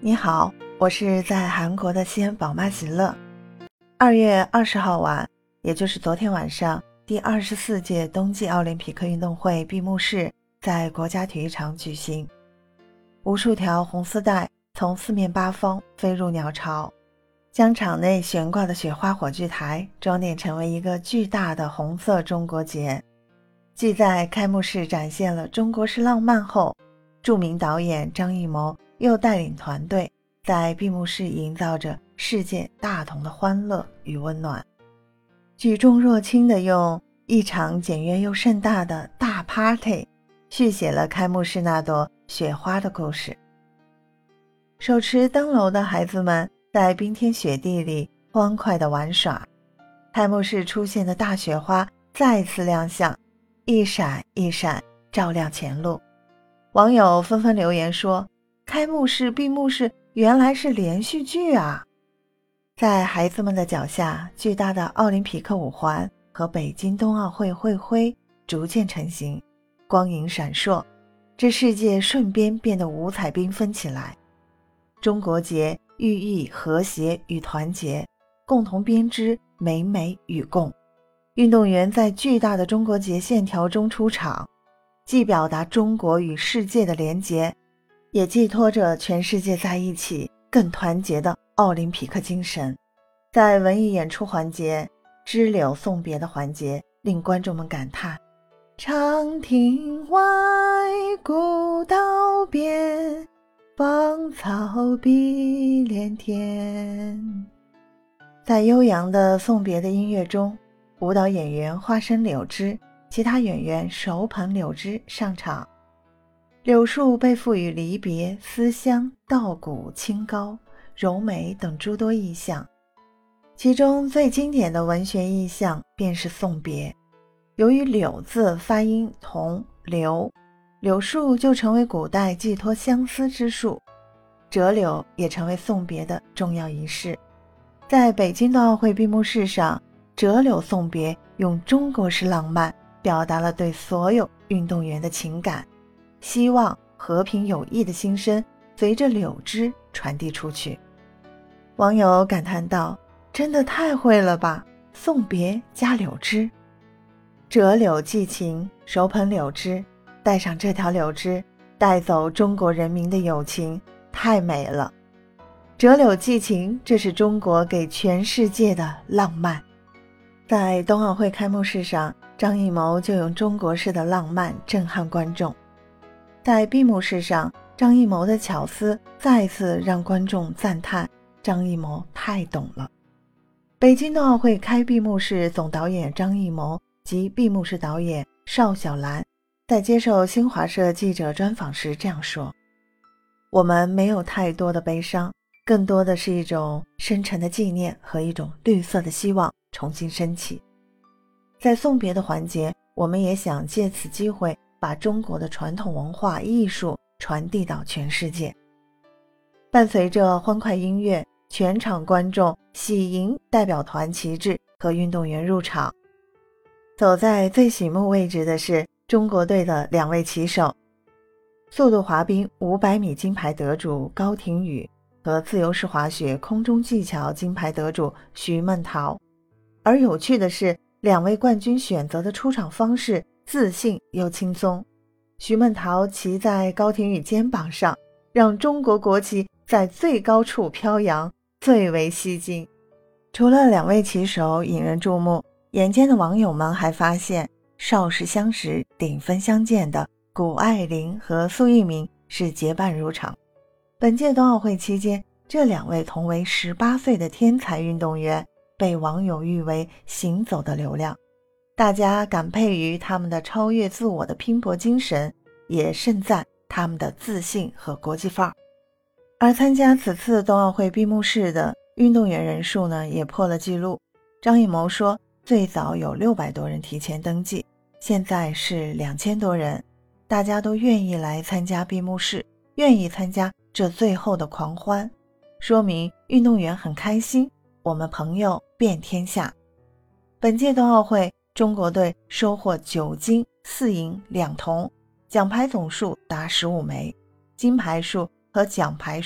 你好，我是在韩国的西安宝妈喜乐。2月20号晚，也就是昨天晚上，第24届冬季奥林匹克运动会闭幕式在国家体育场举行。无数条红丝带从四面八方飞入鸟巢，将场内悬挂的雪花火炬台装点成为一个巨大的红色中国结。继在开幕式展现了中国式浪漫后，著名导演张艺谋又带领团队在闭幕式营造着世界大同的欢乐与温暖，举重若轻地用一场简约又盛大的大 party 续写了开幕式那朵雪花的故事。手持灯笼的孩子们在冰天雪地里欢快地玩耍，开幕式出现的大雪花再次亮相，一闪一闪照亮前路。网友纷纷留言说，开幕式闭幕式原来是连续剧啊。在孩子们的脚下，巨大的奥林匹克五环和北京冬奥会会徽逐渐成型，光影闪烁，这世界瞬间变得五彩缤纷起来。中国结寓意和谐与团结，共同编织美美与共。运动员在巨大的中国结线条中出场，既表达中国与世界的连结，也寄托着全世界在一起更团结的奥林匹克精神。在文艺演出环节，支柳送别的环节令观众们感叹，长亭外，古道边，芳草碧连天。在悠扬的送别的音乐中，舞蹈演员化身柳枝，其他演员手捧柳枝上场。柳树被赋予离别、思乡、稻谷、清高、柔美等诸多意象，其中最经典的文学意象便是送别。由于柳字发音同流，柳树就成为古代寄托相思之树，折柳也成为送别的重要仪式。在北京冬奥会闭幕式上，折柳送别用中国式浪漫表达了对所有运动员的情感，希望和平友谊的心声随着柳枝传递出去。网友感叹道，真的太会了吧，送别加柳枝。折柳寄情，手捧柳枝，带上这条柳枝，带走中国人民的友情，太美了。折柳寄情，这是中国给全世界的浪漫。在冬奥会开幕式上，张艺谋就用中国式的浪漫震撼观众。在闭幕式上，张艺谋的巧思再次让观众赞叹，张艺谋太懂了。北京冬奥会开闭幕式总导演张艺谋及闭幕式导演邵小兰在接受新华社记者专访时这样说，我们没有太多的悲伤，更多的是一种深沉的纪念和一种绿色的希望重新升起。在送别的环节，我们也想借此机会把中国的传统文化艺术传递到全世界。伴随着欢快音乐，全场观众喜迎代表团旗帜和运动员入场。走在最醒目位置的是中国队的2位旗手，速度滑冰500米金牌得主高亭宇和自由式滑雪空中技巧金牌得主徐梦桃。而有趣的是，2位冠军选择的出场方式自信又轻松。徐梦桃骑在高亭宇肩膀上，让中国国旗在最高处飘扬，最为吸睛。除了2位旗手引人注目，眼尖的网友们还发现少时相识、顶峰相见的谷爱凌和苏翊鸣是结伴入场。本届冬奥会期间，这2位同为18岁的天才运动员被网友誉为行走的流量，大家感佩于他们的超越自我的拼搏精神，也盛赞他们的自信和国际范儿。而参加此次冬奥会闭幕式的运动员人数呢，也破了纪录。张艺谋说，最早有600多人提前登记，现在是2000多人，大家都愿意来参加闭幕式，愿意参加这最后的狂欢，说明运动员很开心，我们朋友遍天下。本届冬奥会，中国队收获9金4银2铜，奖牌总数达15枚，金牌数和奖牌数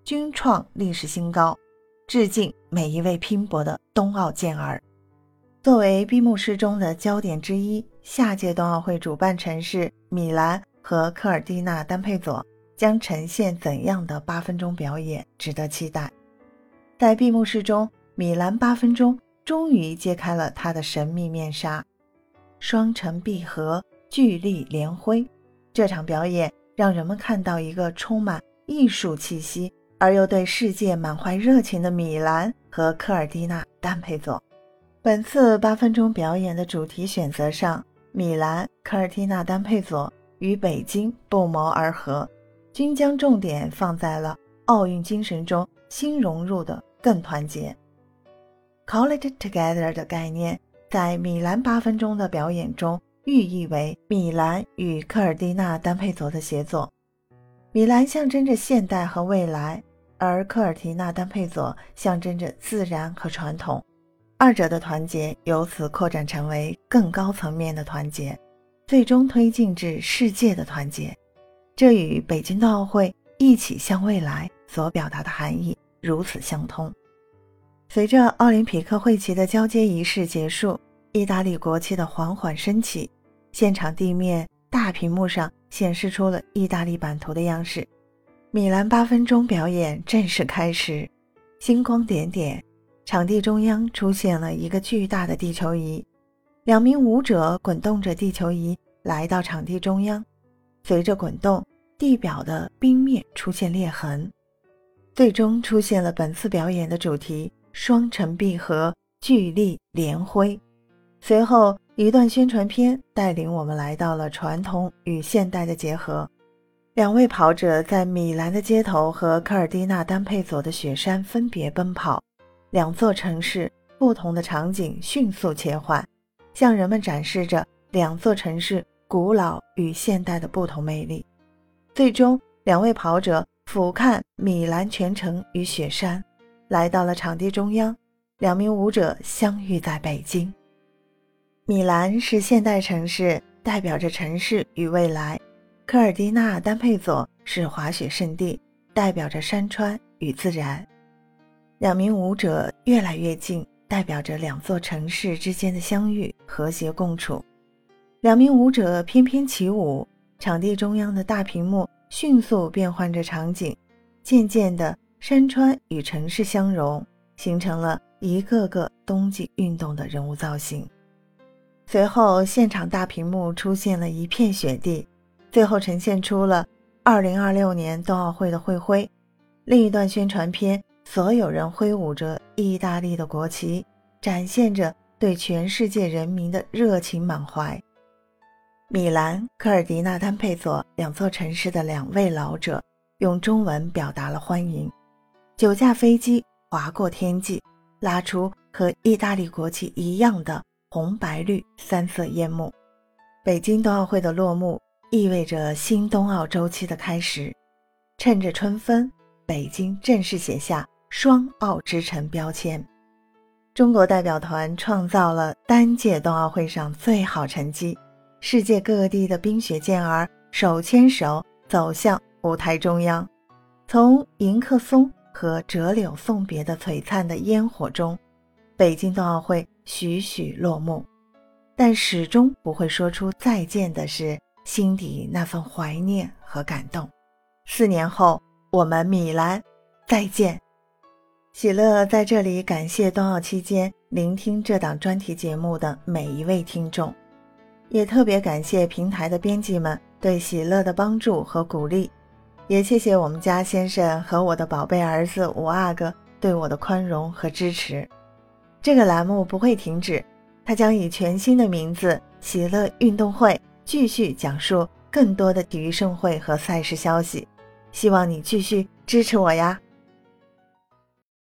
均创历史新高，致敬每一位拼搏的冬奥健儿。作为闭幕式中的焦点之一，下届冬奥会主办城市米兰和科尔蒂纳丹佩佐将呈现怎样的8分钟表演，值得期待。在闭幕式中，米兰8分钟终于揭开了它的神秘面纱，双城闭合，巨力连挥。这场表演让人们看到一个充满艺术气息而又对世界满怀热情的米兰和科尔蒂纳丹佩佐。本次8分钟表演的主题选择上，米兰、科尔蒂纳丹佩佐与北京不谋而合，均将重点放在了奥运精神中新融入的更团结。 Call it together 的概念在米兰8分钟的表演中寓意为米兰与科尔蒂纳丹佩佐的协作。米兰象征着现代和未来，而科尔蒂纳丹佩佐象征着自然和传统，二者的团结由此扩展成为更高层面的团结，最终推进至世界的团结。这与北京冬奥会一起向未来所表达的含义如此相通。随着奥林匹克会旗的交接仪式结束，意大利国旗的缓缓升起，现场地面大屏幕上显示出了意大利版图的样式。米兰8分钟表演正式开始，星光点点，场地中央出现了一个巨大的地球仪，2名舞者滚动着地球仪来到场地中央，随着滚动，地表的冰面出现裂痕，最终出现了本次表演的主题双城闭合，巨力连挥。随后一段宣传片带领我们来到了传统与现代的结合。2位跑者在米兰的街头和科尔蒂纳丹佩佐的雪山分别奔跑，2座城市不同的场景迅速切换，向人们展示着2座城市古老与现代的不同魅力。最终2位跑者俯瞰米兰全城与雪山，来到了场地中央，2名舞者相遇在北京。米兰是现代城市，代表着城市与未来；科尔蒂纳丹佩佐是滑雪胜地，代表着山川与自然。2名舞者越来越近，代表着2座城市之间的相遇，和谐共处。2名舞者翩翩起舞，场地中央的大屏幕迅速变换着场景，渐渐的山川与城市相融，形成了一个个冬季运动的人物造型。随后现场大屏幕出现了一片雪地，最后呈现出了2026年冬奥会的会徽。另一段宣传片，所有人挥舞着意大利的国旗，展现着对全世界人民的热情满怀。米兰、科尔蒂纳丹佩佐2座城市的2位老者用中文表达了欢迎。9架飞机划过天际，拉出和意大利国旗一样的红白绿3色烟幕。北京冬奥会的落幕意味着新冬奥周期的开始，趁着春分，北京正式写下双奥之城标签。中国代表团创造了单届冬奥会上最好成绩，世界各地的冰雪健儿手牵手走向舞台中央，从迎客松和折柳送别的璀璨的烟火中，北京冬奥会栩栩落幕。但始终不会说出再见的是心底那份怀念和感动。4年后，我们米兰再见。喜乐在这里感谢冬奥期间聆听这档专题节目的每一位听众，也特别感谢平台的编辑们对喜乐的帮助和鼓励，也谢谢我们家先生和我的宝贝儿子五阿哥对我的宽容和支持。这个栏目不会停止，它将以全新的名字喜乐运动会继续讲述更多的体育盛会和赛事消息，希望你继续支持我呀。